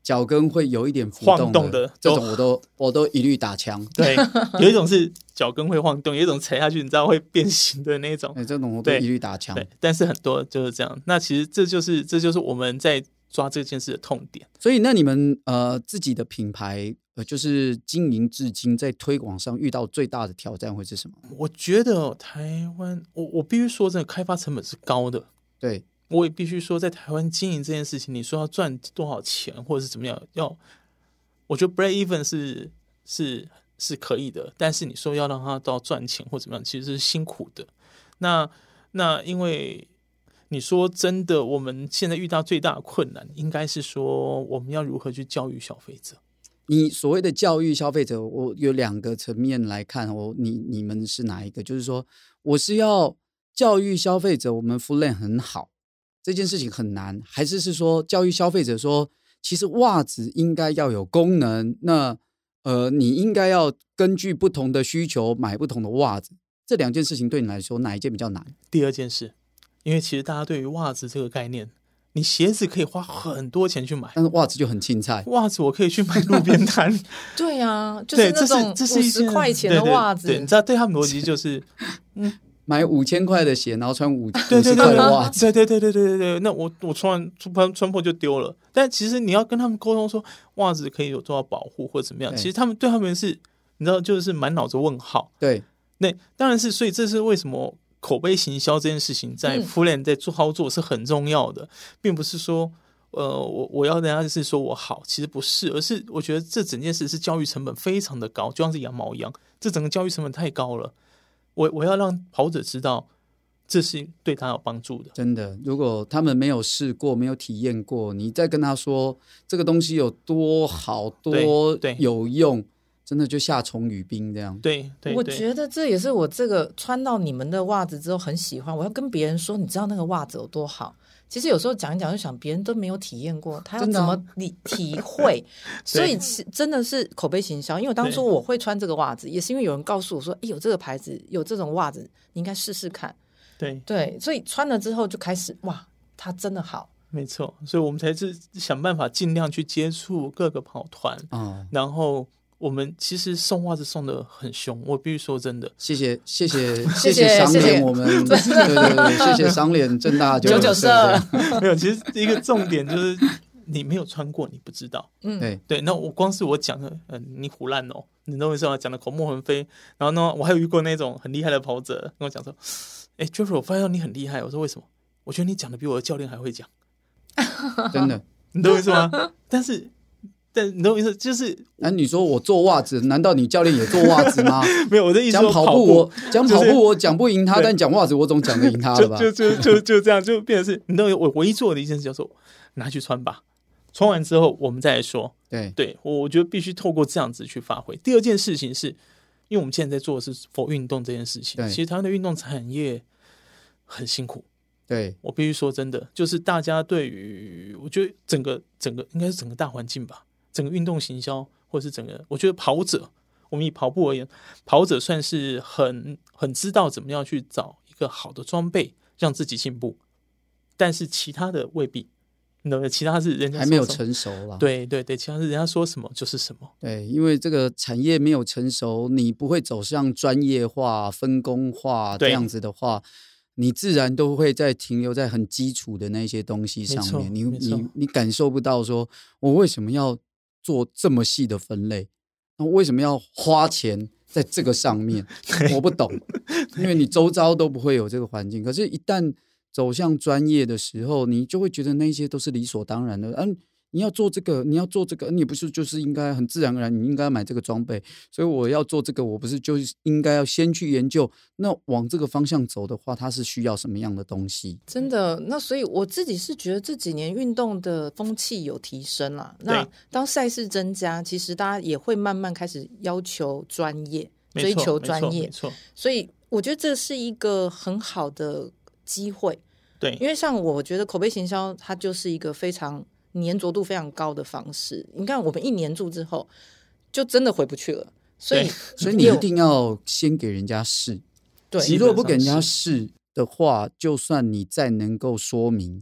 脚跟会有一点浮晃动的这种我都一律打枪。 对，有一种是脚跟会晃动，有一种踩下去你知道会变形的那种， 这种我都一律打枪。 对，但是很多就是这样。那其实这就是我们在抓这件事的痛点。 所以那你们自己的品牌就是经营至今，在推广上遇到最大的挑战会是什么？ 我觉得台湾，我必须说，真的开发成本是高的。 对， 我也必须说，在台湾经营这件事情，你说要赚多少钱，或者是怎么样，我觉得 break even 是可以的，但是你说要让它到赚钱或怎么样，其实是辛苦的。那因为你说真的，我们现在遇到最大的困难，应该是说我们要如何去教育消费者。 你所谓的教育消费者，我有2个层面来看，你们是哪一个？就是说，我是要教育消费者，我们 Foodland 很好，这件事情很难，还是说教育消费者说，其实袜子应该要有功能，那你应该要根据不同的需求买不同的袜子。这2件事情对你来说，哪一件比较难？ 第二件事，因为其实大家对于袜子这个概念，你鞋子可以花很多钱去买， 但是袜子就很青菜。 袜子我可以去买路边摊。 对啊，就是那种50块钱的袜子。 对，你知道对他们逻辑就是， 买5000块的鞋，然后穿50块的袜子。 对，那我穿破就丢了。但其实你要跟他们沟通说，袜子可以有做到保护或怎么样，其实对他们是，你知道，就是满脑子问号。 对， 那当然是，所以这是为什么口碑行销这件事情在 Foodland 在操作是很重要的，并不是说我要人家是说我好，其实不是，而是我觉得这整件事是教育成本非常的高，就像是羊毛一样，这整个教育成本太高了。我要让跑者知道这是对他有帮助的。 真的，如果他们没有试过，没有体验过，你再跟他说这个东西有多好多有用，真的就夏虫语冰这样。 对， 我觉得这也是我这个穿到你们的袜子之后很喜欢，我要跟别人说，你知道那个袜子有多好。其实有时候讲一讲就想，别人都没有体验过，他要怎么体会？所以真的是口碑行销。因为当初我会穿这个袜子，也是因为有人告诉我说，有这个牌子，有这种袜子，你应该试试看。对，所以穿了之后就开始，哇，它真的好。 没错，所以我们才是想办法尽量去接触各个跑团，然后我们其实送袜子送的很凶，我必须说真的。 谢谢商联，我们对，谢谢商联正大994社。 没有，其实一个重点就是你没有穿过，你不知道。对，那光是我讲的，你唬烂哦，你懂我意思吗？讲的口沫横飞。然后呢，我还有遇过那种很厉害的跑者跟我讲说，Jeffrey， 我发现你很厉害。我说为什么？我觉得你讲的比我的教练还会讲。 真的， 你懂我意思吗？但你懂我意思，就是你说我做袜子，难道你教练也做袜子吗？ 没有，我的意思讲跑步我讲不赢他，但讲袜子我总讲得赢他了吧？ 就这样，就变成是，你懂我唯一做的一件事叫做拿去穿吧，穿完之后我们再来说。对，我觉得必须透过这样子去发挥。第二件事情是，因为我们现在在做的是for运动这件事情，其实台湾的运动产业很辛苦。 对， 我必须说真的，就是大家对于我觉得整个应该是整个大环境吧，整个运动行销或是整个，我觉得跑者，我们以跑步而言，跑者算是很知道怎么样去找一个好的装备让自己进步，但是其他的未必。其他是人家还没有成熟啦。 对，其他是人家说什么就是什么。 对，因为这个产业没有成熟，你不会走向专业化、分工化这样子的话，你自然都会停留在很基础的那些东西上面。你感受不到说，我为什么要做这么细的分类？那为什么要花钱在这个上面？我不懂，因为你周遭都不会有这个环境。可是，一旦走向专业的时候，你就会觉得那些都是理所当然的。你要做这个，你也不是就是应该很自然而然，你应该买这个装备。所以我要做这个，我不是就是应该要先去研究，那往这个方向走的话，它是需要什么样的东西？ 真的，那所以我自己是觉得这几年运动的风气有提升啦。那当赛事增加，其实大家也会慢慢开始要求专业，追求专业。 没错， 所以我觉得这是一个很好的机会。 对， 因为像我觉得口碑行销，它就是一个非常粘着度非常高的方式。你看我们一黏住之后就真的回不去了，所以你一定要先给人家试。 对， 你如果不给人家试的话，就算你再能够说明，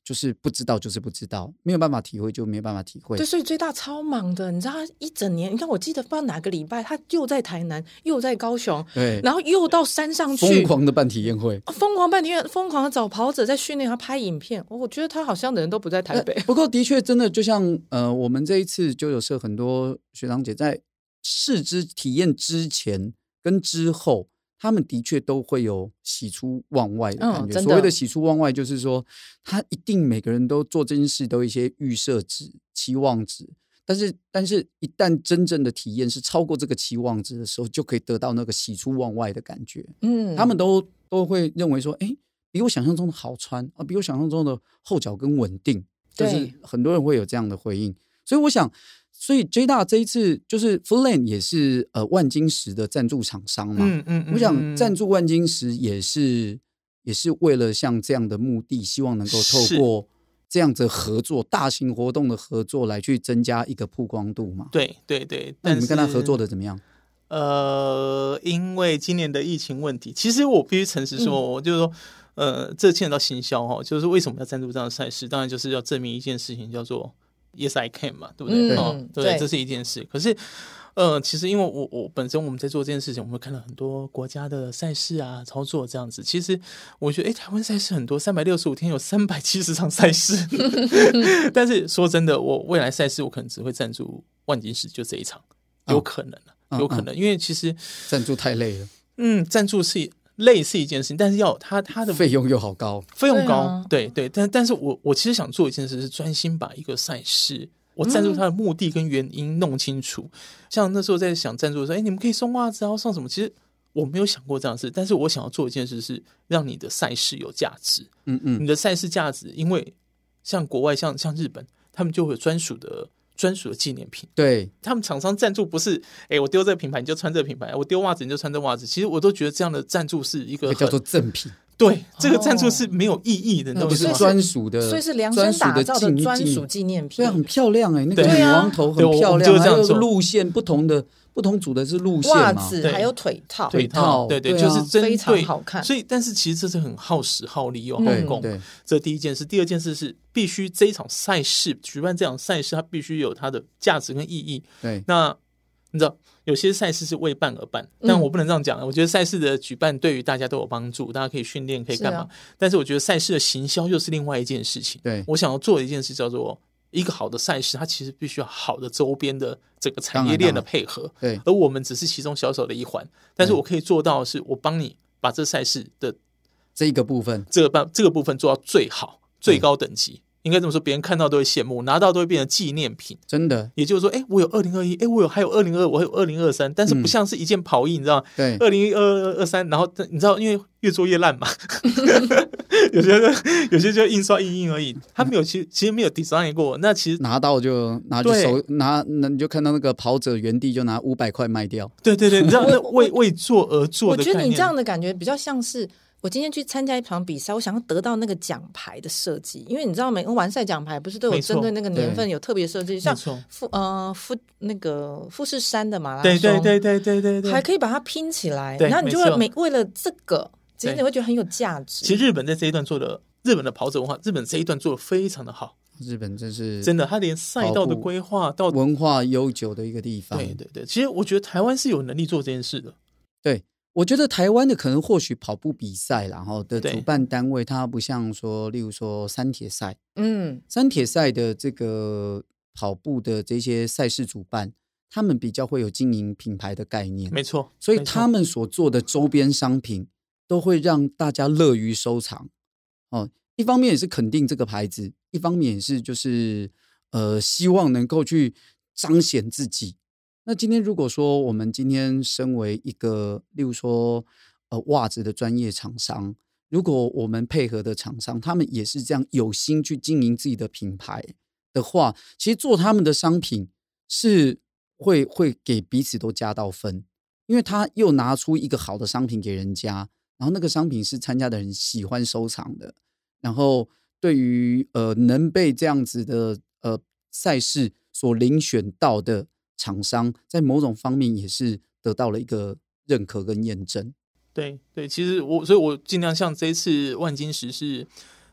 就是不知道就是不知道，没有办法体会就没有办法体会。 对，所以最大超忙的，你知道他一整年，你看我记得不知道哪个礼拜，他又在台南，又在高雄， 对， 然后又到山上去， 疯狂的办体验会， 疯狂办体验，疯狂的找跑者在训练他拍影片。我觉得他好像的人都不在台北。 不过的确真的就像我们这一次就有社很多学长姐在试之体验之前跟之后，他们的确都会有喜出望外的感觉。所谓的喜出望外，就是说他一定每个人都做这件事都有一些预设值、期望值，但是一旦真正的体验是超过这个期望值的时候，就可以得到那个喜出望外的感觉。他们都会认为说，哎，比我想象中的好穿啊，比我想象中的后脚跟稳定，就是很多人会有这样的回应。所以我想。所以 J 大这一次就是 Footland 也是万金石的赞助厂商嘛，我想赞助万金石也是为了像这样的目的，希望能够透过这样子合作，大型活动的合作来去增加一个曝光度嘛。 对。 那你们跟他合作的怎么样？ 因为今年的疫情问题，其实我必须诚实说，我就是说，这牵扯到行销哈，就是为什么要赞助这样的赛事？当然就是要证明一件事情，叫做。Yes, I can 嘛，对不对？对，这是一件事。可是，其实因为我本身我们在做这件事情，我们看了很多国家的赛事啊，操作这样子。其实我觉得，台湾赛事很多，365天有370场赛事。但是说真的，我未来赛事我可能只会赞助万金石，就这一场，有可能了，有可能，因为其实赞助太累了。 赞助是。累是一件事情，但是要他的费用又好高， 费用高，对，但是我其实想做一件事，是专心把一个赛事，我赞助它的目的跟原因弄清楚。像那时候在想赞助的时候，你们可以送袜子啊，送什么？其实我没有想过这样的事，但是我想要做一件事是让你的赛事有价值。你的赛事价值，因为像国外像日本，他们就会有专属的纪念品。 对， 他们厂商赞助不是我丢这个品牌你就穿这个品牌，我丢袜子你就穿这袜子。其实我都觉得这样的赞助是一个叫做赠品。 对，这个赞助是没有意义的， 不是专属的， 所以是量身打造的专属纪念品。 对，很漂亮那个女王头很漂亮，还有路线不同组的是路线嘛， 袜子还有腿套， 对，就是非常好看。 所以，但是其实这是很耗时耗力又耗工。这第一件事，第二件事是必须这一场赛事举办这场赛事，它必须有它的价值跟意义。 对， 那你知道有些赛事是为办而办，但我不能这样讲。我觉得赛事的举办对于大家都有帮助，大家可以训练，可以干嘛？但是我觉得赛事的行销又是另外一件事情。 对， 我想要做的一件事叫做。一个好的赛事，它其实必须要好的周边的整个产业链的配合， 对， 而我们只是其中小小的一环。但是我可以做到的是，我帮你把这赛事的这个部分， 这个部分做到最好、最高等级。应该这么说，别人看到都会羡慕，拿到都会变成纪念品。 真的， 也就是说，我有2021，还有2022，我还有2023，但是不像是一件跑衣，你知道吗？ 对 ，2021、22、23，然后你知道，因为越做越烂嘛，有些就印刷印而已，他没有其实没有 design 过。那其实拿到就拿去手拿，你就看到那个跑者原地就拿500块卖掉。 对，你知道那为做而做的概念。 我觉得你这样的感觉比较像是。我今天去参加一场比赛，我想要得到那个奖牌的设计，因为你知道每个完赛奖牌不是都有针对那个年份有特别设计，像富士山的马拉松，对，还可以把它拼起来，然后你就会为了这个，其实你会觉得很有价值。 其实日本在这一段做的，日本的跑者文化，日本这一段做的非常的好。 日本真的， 他连赛道的规划到文化悠久的一个地方。 对，其实我觉得台湾是有能力做这件事的。 对。我觉得台湾的可能或许跑步比赛然后的主办单位，它不像说，例如说三铁赛，三铁赛的这个跑步的这些赛事主办，他们比较会有经营品牌的概念， 没错， 所以他们所做的周边商品都会让大家乐于收藏。一方面也是肯定这个牌子，一方面也是就是希望能够去彰显自己。那今天如果说我们今天身为一个例如说袜子的专业厂商，如果我们配合的厂商他们也是这样有心去经营自己的品牌的话，其实做他们的商品是会给彼此都加到分，因为他又拿出一个好的商品给人家，然后那个商品是参加的人喜欢收藏的，然后对于能被这样子的赛事所遴选到的厂商，在某种方面也是得到了一个认可跟验证。 对，其实所以我尽量像这一次万金石是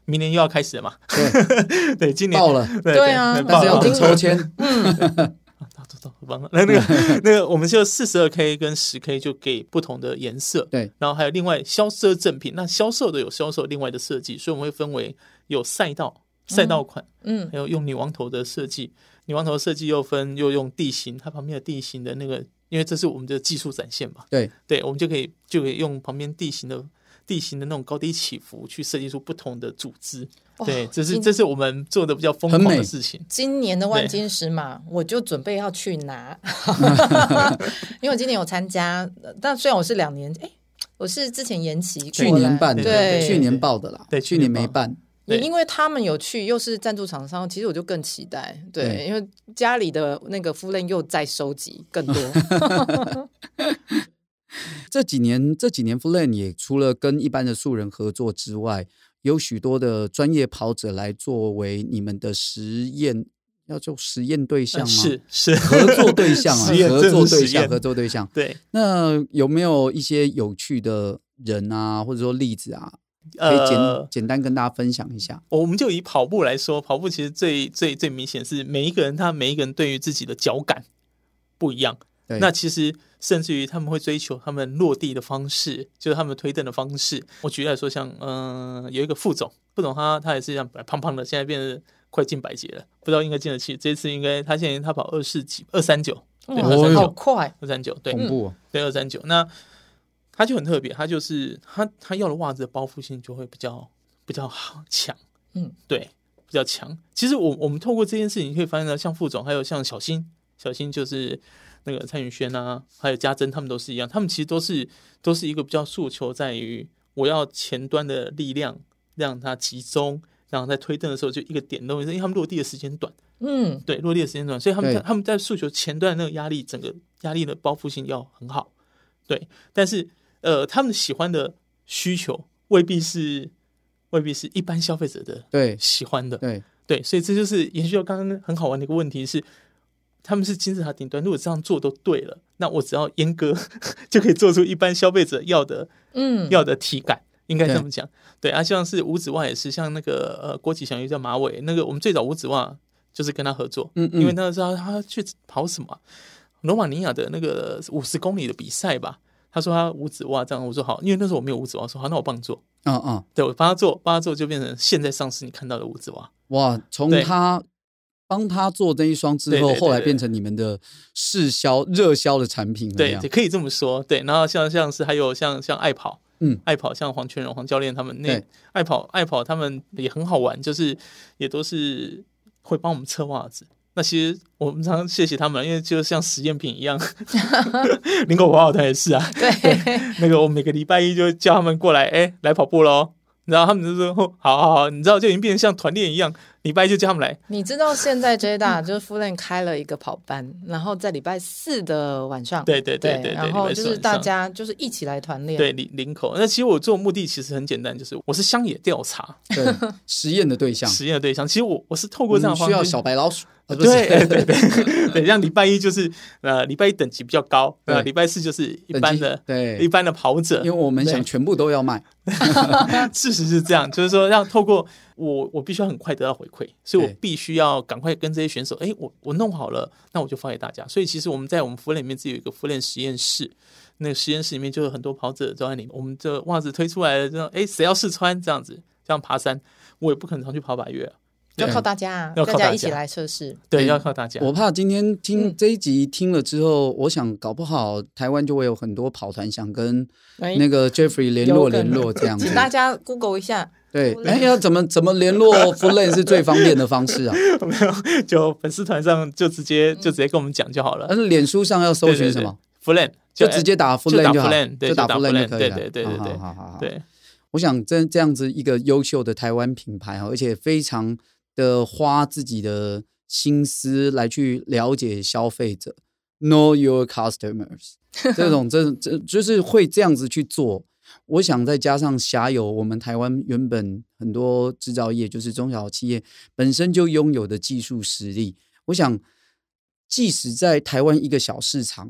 明年又要开始了嘛？ 对， 对，今年爆了， 对啊， 但是要等抽签。 走，棒了。那个，我们就42K 跟10K 就给不同的颜色， 对， 然后还有另外销售赠品，那销售的有销售另外的设计，所以我们会分为有赛道款，还有用女王头的设计，女王头的设计又用地形，它旁边的地形的那个，因为这是我们的技术展现嘛， 对， 我们就可以用旁边地形的那种高低起伏去设计出不同的组织。对，这是我们做的比较疯狂的事情。 今年的万金石马，我就准备要去拿，因为我今年有参加，但虽然我是2年，我是之前延期， 去年办的， 对， 去年报的啦， 对， 去年没办。 也因为他们有去，又是赞助厂商，其实我就更期待。对，因为家里的那个夫人又在收集更多。 这几年 Flame 也除了跟一般的素人合作之外，有许多的专业跑者来作为你们的实验，要做实验对象吗？ 是合作对象啊，合作对象。 对， 那有没有一些有趣的人啊，或者说例子啊？可以简单跟大家分享一下。 我们就以跑步来说，跑步其实最明显是每一个人对于自己的脚感不一样。那其实甚至于他们会追求他们落地的方式，就是他们推蹬的方式。我举例来说，像有一个副总他也是这样胖胖的，现在变得快进100节了，不知道应该进得去。这次应该他现在跑239，对，239， 好快 ，239，对， 恐怖， 对，239。那他就很特别，他就是他要的袜子的包覆性就会比较强，对，比较强。其实我们透过这件事情可以发现到，像副总还有像小新就是那个蔡允轩啊，还有家珍，他们都是一样，他们其实都是一个比较诉求在于我要前端的力量让它集中，然后在推蹬的时候就一个点动，因为他们落地的时间短，对，落地的时间短，所以他们在诉求前端的那个压力，整个压力的包覆性要很好，对，但是他们喜欢的需求未必是一般消费者的喜欢的，对，所以这就是延续到刚刚很好玩的一个问题是。他们是金字塔顶端，如果这样做都对了，那我只要阉割就可以做出一般消费者要的体感，应该这么讲。对啊，像是五指袜也是，像那个国际享誉叫马尾，那个我们最早五指袜就是跟他合作，因为那个时候他去跑什么罗马尼亚的那个50公里的比赛吧，他说他五指袜这样，我说好，因为那时候我没有五指袜，说好，那我帮你做，对，我帮他做就变成现在上市你看到的五指袜。 哇，从他帮他做这一双之后，后来变成你们的热销的产品了， 对，可以这么说。对，然后像是还有像爱跑，爱跑像黄全荣黄教练他们爱跑他们也很好玩，就是也都是会帮我们测袜子。那其实我们常常谢谢他们，因为就像实验品一样。林口华团也是啊， 对， 那个我每个礼拜一就叫他们过来，来跑步咯。然后他们就说好，你知道就已经变成像团练一样，礼拜一就叫他们来。 你知道现在 Jada 就是夫人开了一个跑班，然后在礼拜4的晚上， 对， 然后就是大家就是一起来团练。 对，林口。那其实我做的目的其实很简单，就是我是乡野调查， 对，实验的对象。 其实我是透过这样的方式， 需要小白老鼠。 对，让礼拜一就是礼拜一等级比较高，礼拜4就是一般的跑者， 因为我们想全部都要卖。 事实是这样，就是说让透过我必须要很快得到回馈，所以我必须要赶快跟这些选手，我弄好了，那我就发给大家。所以其实我们在我们福联里面自己有一个福联实验室，那个实验室里面就有很多跑者都在里面。我们这袜子推出来了，谁要试穿这样子，这样爬山，我也不可能常去跑100月啊。 要靠大家，大家一起来测试。 对，要靠大家。 我怕今天听这一集听了之后，我想搞不好台湾就会有很多跑团想跟那个 Jeffrey 联络这样子。 请大家 Google 一下。 对，要怎么联络 Flame 是最方便的方式啊？ 没有，就粉丝团上就直接跟我们讲就好了。 但是脸书上要搜寻什么 ？Flame 就直接打 Flame 就好， 就打 Flame 就可以了。 对， 好。我想这样子一个优秀的台湾品牌，而且非常的花自己的心思来去了解消费者 ，Know your customers， 这就是会这样子去做。我想再加上辖有我们台湾原本很多制造业，就是中小企业本身就拥有的技术实力，我想即使在台湾一个小市场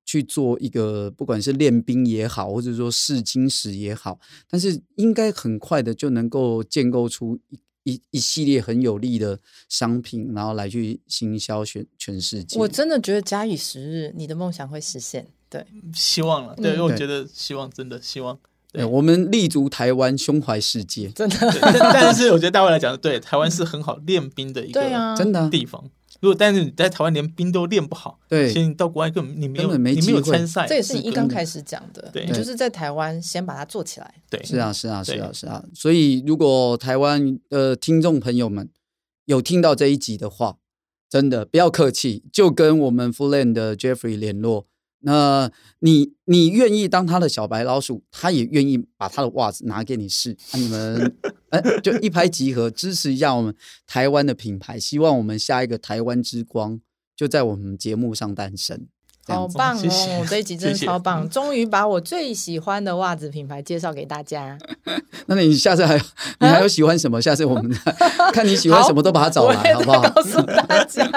去做一个不管是练兵也好，或者说试金石也好，但是应该很快的就能够建构出一系列很有利的商品，然后来去行销全世界。 我真的觉得假以时日，你的梦想会实现。对， 希望了。对，我觉得希望，真的希望。 对，我们立足台湾，胸怀世界， 真的。 但是我觉得大卫来讲，对台湾是很好练兵的一个地方。如果但是你在台湾连兵都练不好， 对， 其实你到国外根本你没有参赛， 这也是你刚开始讲的。 对， 你就是在台湾先把它做起来。 对， 是啊。所以如果台湾的听众朋友们有听到这一集的话，真的不要客气，就跟我们 Footland 的 Jeffrey 联络。那你愿意当他的小白老鼠，他也愿意把他的袜子拿给你试。你们就一拍即合，支持一下我们台湾的品牌。希望我们下一个台湾之光就在我们节目上诞生。 好棒哦！谢谢，这一集真的超棒，终于把我最喜欢的袜子品牌介绍给大家。 那你下次你还有喜欢什么？下次我们看你喜欢什么都把它找来，好不好？ 告诉大家。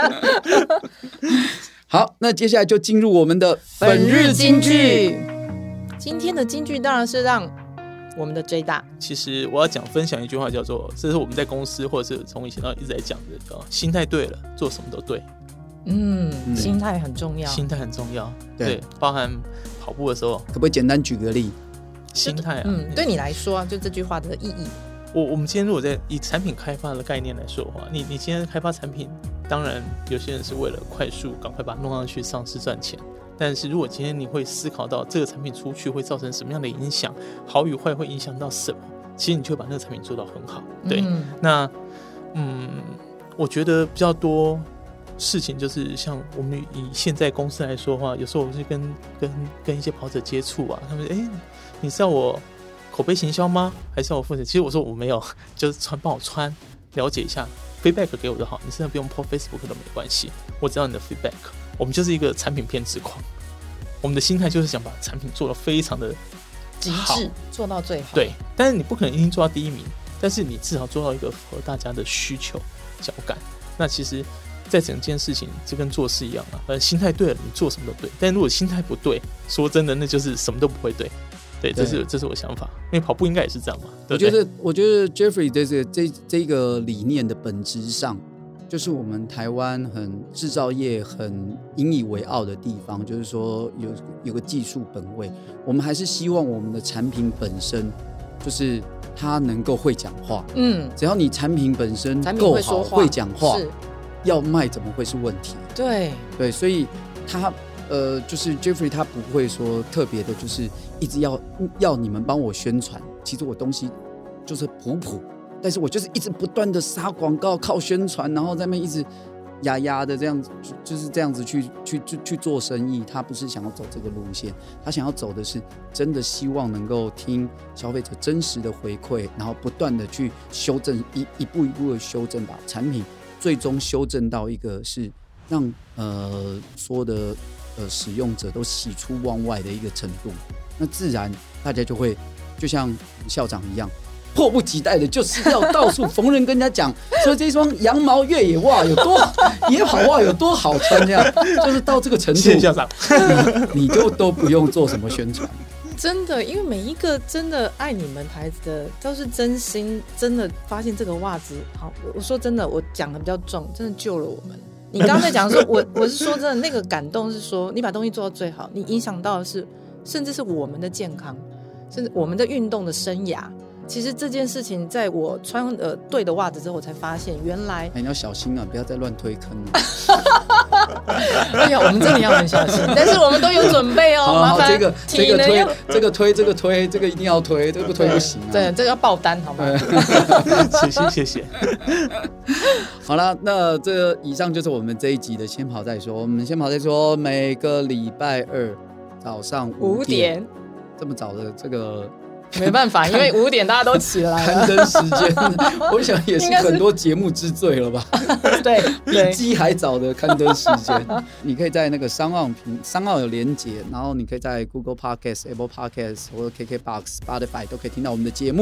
好，那接下来就进入我们的本日金句。今天的金句当然是让我们的 J 大。 其实我要分享一句话，叫做这是我们在公司或者是从以前到一直在讲的，心态对了，做什么都对。 心态很重要， 心态很重要。对，包含跑步的时候， 可不可以简单举个例？ 心态啊， 对你来说，就这句话的意义。 我们今天如果在以产品开发的概念来说的话，你今天开发产品，当然有些人是为了快速赶快把它弄上去上市赚钱，但是如果今天你会思考到这个产品出去会造成什么样的影响，好与坏会影响到什么，其实你就会把那个产品做到很好。对，那我觉得比较多事情就是像我们以现在公司来说的话，有时候我是跟一些跑者接触啊，他们你是要我口碑行销吗？还是要我负责？其实我说我没有，就是帮我穿，了解一下 feedback 给我就好。你现在不用 po Facebook 都没关系，我只要你的 feedback。我们就是一个产品偏执狂，我们的心态就是想把产品做得非常的极致，做到最好。 对，但是你不可能一定做到第一名，但是你至少做到一个符合大家的需求、脚感。那其实在整件事情就跟做事一样啊，心态对了，你做什么都对。但如果心态不对，说真的，那就是什么都不会对。对，这是我想法，因为跑步应该也是这样嘛。对不对？ 我觉得 Jeffrey 这个理念的本质上，就是我们台湾制造业很引以为傲的地方，就是说有个技术本位，我们还是希望我们的产品本身就是它能够会讲话。只要你产品本身够好，会讲话，要卖怎么会是问题？对，所以他就是 Jeffrey 他不会说特别的，就是一直要你们帮我宣传。其实我东西就是普，但是我就是一直不断的撒广告，靠宣传，然后在那边一直压的这样子，就是这样子去做生意。他不是想要走这个路线，他想要走的是真的希望能够听消费者真实的回馈，然后不断的去修正，一步一步的修正，把产品最终修正到一个是让所有的使用者都喜出望外的一个程度。那自然大家就会就像校长一样，迫不及待的就是要到处逢人跟人家讲说这双羊毛越野袜有多野跑袜有多好穿，这样就是到这个程度。 谢谢校长， 你就都不用做什么宣传。 真的，因为每一个真的爱你们牌子的都是真心，真的发现这个袜子好。我说真的，我讲的比较重，真的救了我们。你刚才讲说，我是说真的，那个感动是说，你把东西做到最好，你影响到的是，甚至是我们的健康，甚至我们的运动的生涯。其实这件事情，在我穿对的袜子之后，我才发现原来。 你要小心啊，不要再乱推坑了。 哎呀，我们真的要很小心，但是我们都有准备哦。麻烦这个推，这个一定要推，这个不推不行啊。 对，这个要爆单好吗？ 谢谢。 好了，那这以上就是我们这一集的先跑再说。我们先跑再说，每个礼拜二早上5点，这么早的这个。 没办法，因为5点大家都起来了。 刊登时间，我想也是很多节目之最了吧？ 对， 比鸡还早的刊登时间。你可以在那个商澳有连结，然后你可以在 Google Podcast、Apple Podcast 或者 KKBox、Spotify 都可以听到我们的节目。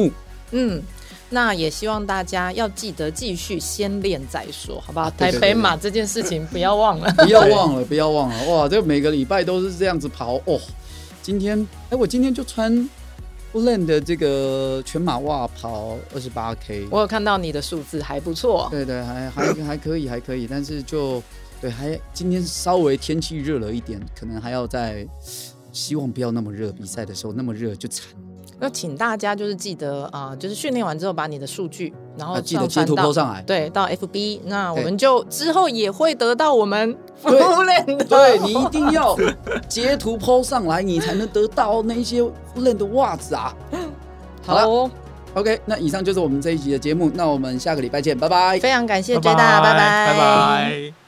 那也希望大家要记得继续先练再说，好不好？台北马这件事情不要忘了， 不要忘了，不要忘了！哇，这每个礼拜都是这样子跑哦。今天，我今天就穿 Woodland 的这个全马袜跑28K， 我有看到你的数字还不错， 对对，还可以，还可以，但是就对，今天稍微天气热了一点，可能还要再希望不要那么热，比赛的时候那么热就惨。 那请大家就是记得就是训练完之后把你的数据，然后记得截图 po 上来， 对，到 FB， 那我们就之后也会得到我们 Woodland 的， 对，你一定要截图 po 上来，你才能得到那些 Woodland 的袜子啊。 好哦 ，OK， 那以上就是我们这一集的节目，那我们下个礼拜见，拜拜。 非常感谢 J 大，拜拜， 拜拜。